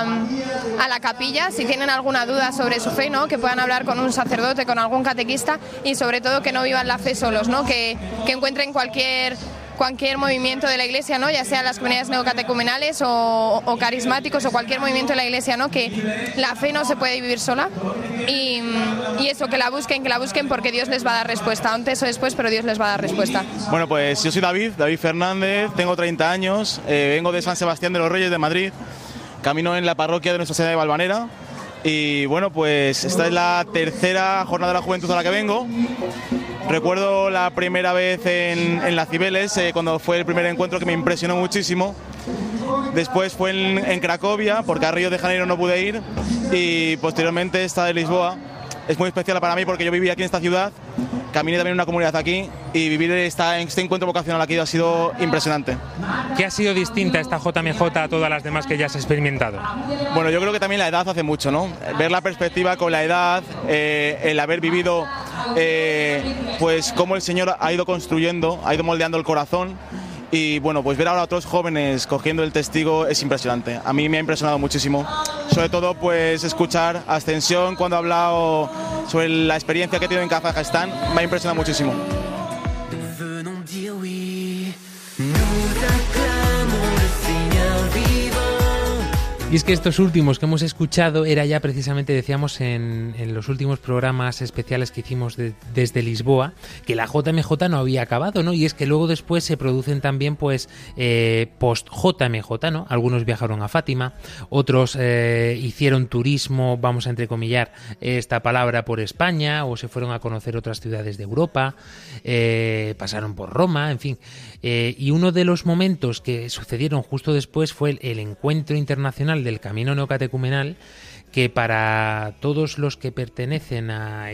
la capilla si tienen alguna duda sobre su fe, ¿no? Que puedan hablar con un sacerdote, con algún catequista, y sobre todo que no vivan la fe solos, ¿no? Que encuentren cualquier cualquier movimiento de la Iglesia, ¿no? Ya sea las comunidades neocatecumenales o carismáticos o cualquier movimiento de la Iglesia, ¿no? Que la fe no se puede vivir sola y eso, que la busquen porque Dios les va a dar respuesta, antes o después, pero Dios les va a dar respuesta. Bueno, pues yo soy David Fernández, tengo 30 años, vengo de San Sebastián de los Reyes de Madrid, camino en la parroquia de Nuestra Señora de Valvanera y bueno, pues esta es la tercera jornada de la juventud a la que vengo. Recuerdo la primera vez en las Cibeles, cuando fue el primer encuentro, que me impresionó muchísimo. Después fue en Cracovia, porque a Río de Janeiro no pude ir, y posteriormente esta de Lisboa. Es muy especial para mí porque yo viví aquí en esta ciudad, caminé también en una comunidad aquí y vivir este encuentro vocacional aquí ha sido impresionante. ¿Qué ha sido distinta esta JMJ a todas las demás que ya has experimentado? Bueno, yo creo que también la edad hace mucho, ¿no? Ver la perspectiva con la edad, el haber vivido pues cómo el Señor ha ido construyendo, ha ido moldeando el corazón. Y bueno, pues ver ahora a otros jóvenes cogiendo el testigo es impresionante. A mí me ha impresionado muchísimo. Sobre todo pues escuchar a Ascensión cuando ha hablado sobre la experiencia que he tenido en Kazajistán, me ha impresionado muchísimo. Y es que estos últimos que hemos escuchado era ya precisamente, decíamos, en los últimos programas especiales que hicimos desde Lisboa, que la JMJ no había acabado, ¿no? Y es que luego después se producen también, pues, post-JMJ, ¿no? Algunos viajaron a Fátima, otros hicieron turismo, vamos a entrecomillar esta palabra, por España, o se fueron a conocer otras ciudades de Europa, pasaron por Roma, en fin. Y uno de los momentos que sucedieron justo después fue el encuentro internacional del Camino Neocatecumenal, que para todos los que pertenecen a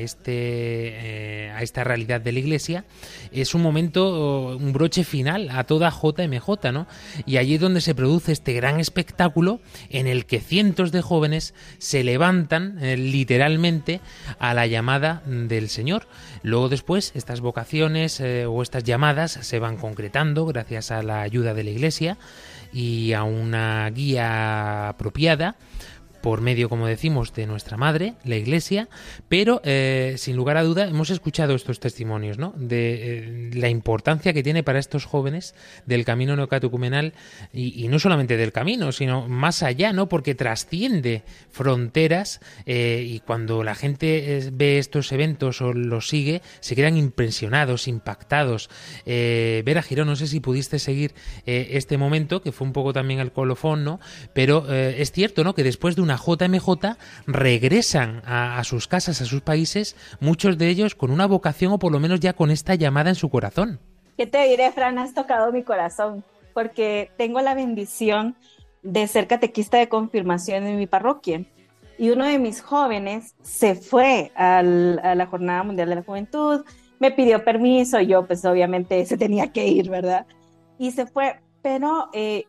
esta realidad de la Iglesia es un momento, un broche final a toda JMJ, ¿no? Y allí es donde se produce este gran espectáculo en el que cientos de jóvenes se levantan literalmente a la llamada del Señor. Luego después estas vocaciones o estas llamadas se van concretando gracias a la ayuda de la Iglesia y a una guía apropiada por medio, como decimos, de nuestra madre, la Iglesia, pero sin lugar a duda hemos escuchado estos testimonios, ¿no? De la importancia que tiene para estos jóvenes del camino neocatecumenal y no solamente del camino, sino más allá, ¿no? Porque trasciende fronteras y cuando la gente ve estos eventos o los sigue, se quedan impresionados, impactados. Vera Girón, no sé si pudiste seguir este momento, que fue un poco también el colofón, ¿no? Pero es cierto, ¿no? Que después de una JMJ regresan a sus casas, a sus países, muchos de ellos con una vocación o por lo menos ya con esta llamada en su corazón. ¿Qué te diré, Fran? Has tocado mi corazón, porque tengo la bendición de ser catequista de confirmación en mi parroquia. Y uno de mis jóvenes se fue a la Jornada Mundial de la Juventud, me pidió permiso, yo pues obviamente se tenía que ir, ¿verdad? Y se fue, pero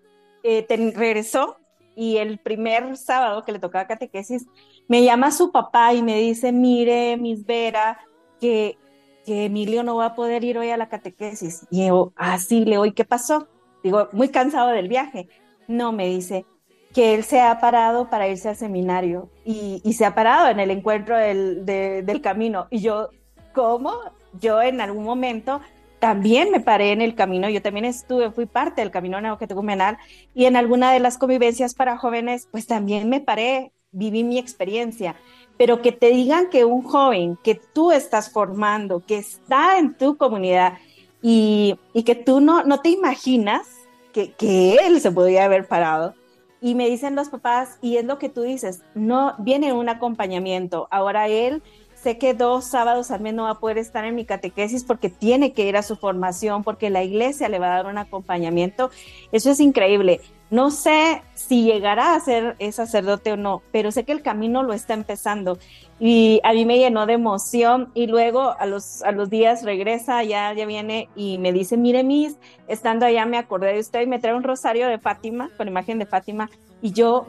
regresó. Y el primer sábado que le tocaba catequesis, me llama su papá y me dice, mire, Miss Vera, que Emilio no va a poder ir hoy a la catequesis. Y yo, sí, le digo, ¿y qué pasó? Digo, muy cansado del viaje. No, me dice, que él se ha parado para irse al seminario y se ha parado en el encuentro del camino. Y yo, ¿cómo? Yo en algún momento también me paré en el camino, yo también fui parte del camino neocatecumenal y en alguna de las convivencias para jóvenes, pues también me paré, viví mi experiencia, pero que te digan que un joven que tú estás formando, que está en tu comunidad y que tú no te imaginas que él se podría haber parado. Y me dicen los papás, y es lo que tú dices, no viene un acompañamiento, ahora él sé que 2 sábados al mes no va a poder estar en mi catequesis porque tiene que ir a su formación, porque la iglesia le va a dar un acompañamiento. Eso es increíble. No sé si llegará a ser sacerdote o no, pero sé que el camino lo está empezando y a mí me llenó de emoción. Y luego a los días regresa, ya viene y me dice, mire, Miss, estando allá me acordé de usted y me trae un rosario de Fátima, con imagen de Fátima, y yo...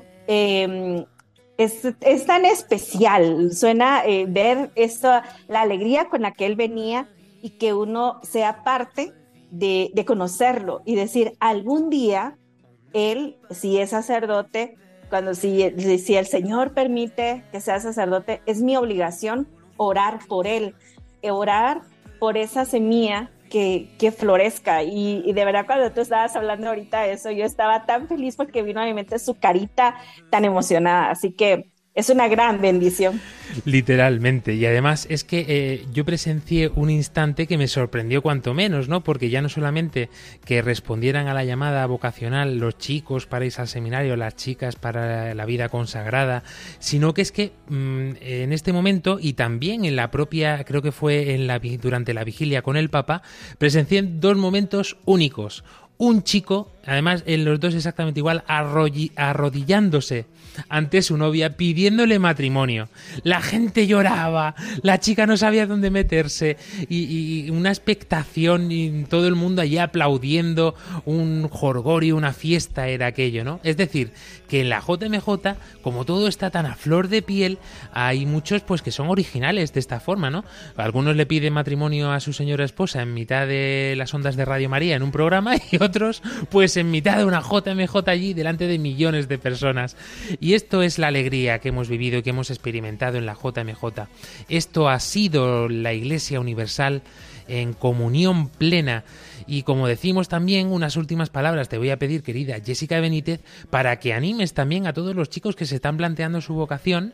Es tan especial, suena ver esto, la alegría con la que él venía y que uno sea parte de conocerlo y decir, algún día él, si es sacerdote, si el Señor permite que sea sacerdote, es mi obligación orar por él, orar por esa semilla que florezca. Y de verdad, cuando tú estabas hablando ahorita de eso, yo estaba tan feliz porque vino a mi mente su carita tan emocionada. Así que es una gran bendición. Literalmente. Y además es que yo presencié un instante que me sorprendió cuanto menos, ¿no? Porque ya no solamente que respondieran a la llamada vocacional los chicos para irse al seminario, las chicas para la vida consagrada, sino que es que en este momento y también en la propia, creo que fue durante la vigilia con el Papa, presencié 2 momentos únicos. Un chico, además en los dos exactamente igual, arrodillándose ante su novia pidiéndole matrimonio. La gente lloraba, la chica no sabía dónde meterse y una expectación y todo el mundo allí aplaudiendo, un jolgorio, una fiesta era aquello, ¿no? Es decir, que en la JMJ, como todo está tan a flor de piel, hay muchos pues que son originales de esta forma, ¿no? Algunos le piden matrimonio a su señora esposa en mitad de las ondas de Radio María en un programa y otros pues en mitad de una JMJ allí delante de millones de personas. Y esto es la alegría que hemos vivido y que hemos experimentado en la JMJ. Esto ha sido la Iglesia Universal en comunión plena. Y como decimos también, unas últimas palabras te voy a pedir, querida Jessica Benítez, para que animes también a todos los chicos que se están planteando su vocación,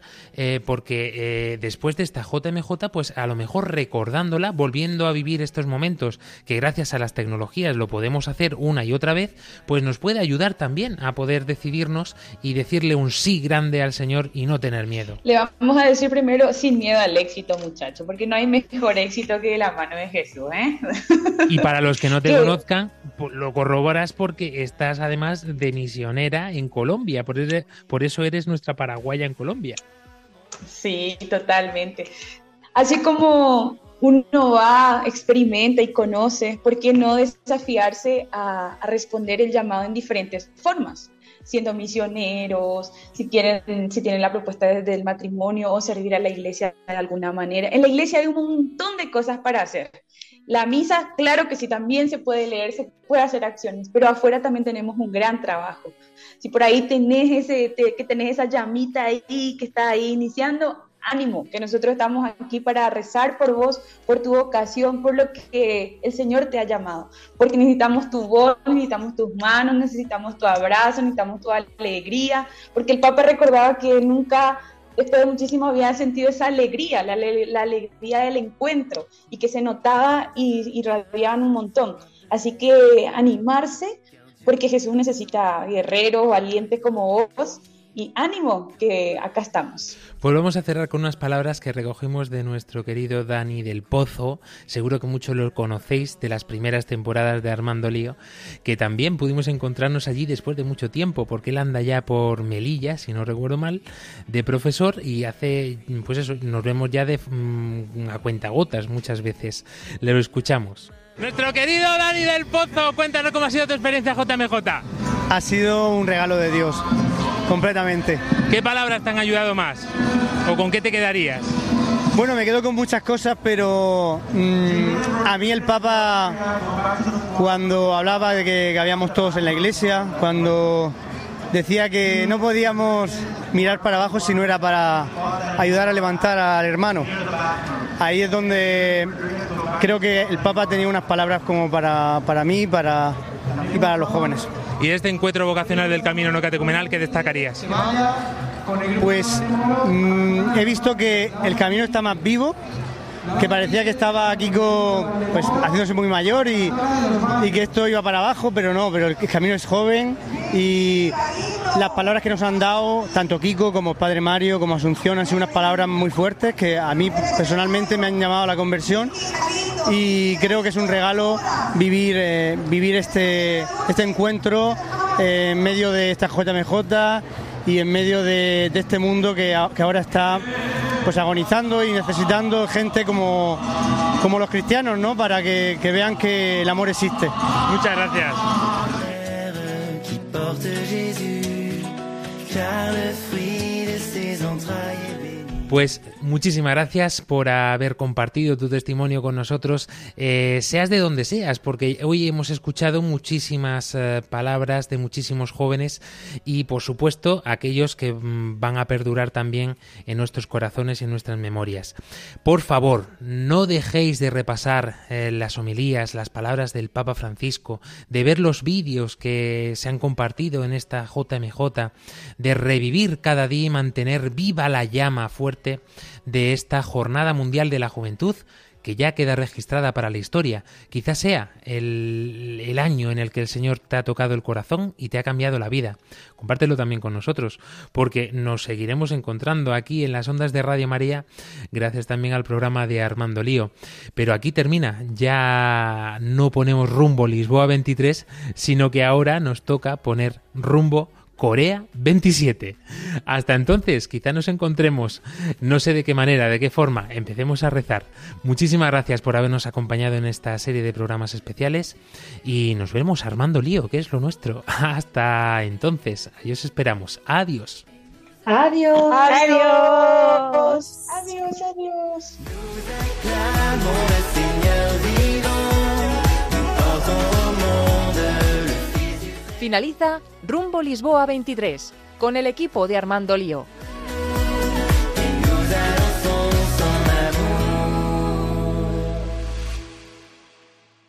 porque después de esta JMJ, pues a lo mejor recordándola, volviendo a vivir estos momentos que gracias a las tecnologías lo podemos hacer una y otra vez, pues nos puede ayudar también a poder decidirnos y decirle un sí grande al Señor y no tener miedo. Le vamos a decir primero sin miedo al éxito, muchacho, porque no hay mejor éxito que la mano de Jesús, ¿eh? Y para los que no te conozcan, lo corroboras porque estás además de misionera en Colombia, por eso eres nuestra paraguaya en Colombia. Sí, totalmente. Así como uno va, experimenta y conoce, ¿por qué no desafiarse a responder el llamado en diferentes formas? Siendo misioneros, si tienen la propuesta del matrimonio o servir a la iglesia de alguna manera. En la iglesia hay un montón de cosas para hacer. La misa, claro que sí, también se puede leer, se puede hacer acciones, pero afuera también tenemos un gran trabajo. Si por ahí tenés esa llamita ahí que está ahí iniciando, ánimo, que nosotros estamos aquí para rezar por vos, por tu vocación, por lo que el Señor te ha llamado, porque necesitamos tu voz, necesitamos tus manos, necesitamos tu abrazo, necesitamos tu alegría, porque el Papa recordaba que nunca, después de muchísimo, había sentido esa alegría, la alegría del encuentro, y que se notaba y irradiaban un montón. Así que animarse, porque Jesús necesita guerreros, valientes como vos, y ánimo, que acá estamos. Pues vamos a cerrar con unas palabras que recogimos de nuestro querido Dani del Pozo. Seguro que muchos lo conocéis de las primeras temporadas de Armando Lío, que también pudimos encontrarnos allí después de mucho tiempo, porque él anda ya por Melilla, si no recuerdo mal, de profesor, y hace, pues eso, nos vemos ya a cuentagotas muchas veces. Le lo escuchamos. Nuestro querido Dani del Pozo, cuéntanos cómo ha sido tu experiencia JMJ. Ha sido un regalo de Dios. Completamente. ¿Qué palabras te han ayudado más? ¿O con qué te quedarías? Bueno, me quedo con muchas cosas, pero a mí el Papa, cuando hablaba de que habíamos todos en la iglesia, cuando decía que no podíamos mirar para abajo si no era para ayudar a levantar al hermano, ahí es donde creo que el Papa tenía unas palabras como para mí y para los jóvenes. ¿Y de este encuentro vocacional del Camino No Catecumenal qué destacarías? Pues he visto que el camino está más vivo, que parecía que estaba Kiko pues haciéndose muy mayor y que esto iba para abajo, pero no, pero el camino es joven y las palabras que nos han dado, tanto Kiko como Padre Mario, como Asunción, han sido unas palabras muy fuertes que a mí personalmente me han llamado a la conversión. Y creo que es un regalo vivir este encuentro en medio de esta JMJ y en medio de este mundo que ahora está pues agonizando y necesitando gente como los cristianos, ¿no? Para que vean que el amor existe. Muchas gracias. Pues muchísimas gracias por haber compartido tu testimonio con nosotros, seas de donde seas, porque hoy hemos escuchado muchísimas palabras de muchísimos jóvenes y, por supuesto, aquellos que van a perdurar también en nuestros corazones y en nuestras memorias. Por favor, no dejéis de repasar las homilías, las palabras del Papa Francisco, de ver los vídeos que se han compartido en esta JMJ, de revivir cada día y mantener viva la llama fuerte de esta Jornada Mundial de la Juventud, que ya queda registrada para la historia. Quizás sea el año en el que el Señor te ha tocado el corazón y te ha cambiado la vida. Compártelo también con nosotros, porque nos seguiremos encontrando aquí en las ondas de Radio María, gracias también al programa de Armando Lío. Pero aquí termina, ya no ponemos rumbo Lisboa 23, sino que ahora nos toca poner rumbo Corea 27. Hasta entonces, quizá nos encontremos, no sé de qué manera, de qué forma, empecemos a rezar. Muchísimas gracias por habernos acompañado en esta serie de programas especiales y nos vemos Armando Lío, que es lo nuestro. Hasta entonces, ahí os esperamos. Adiós. Adiós. Adiós. Adiós, adiós. Finaliza Rumbo Lisboa 23 con el equipo de Armando Lío.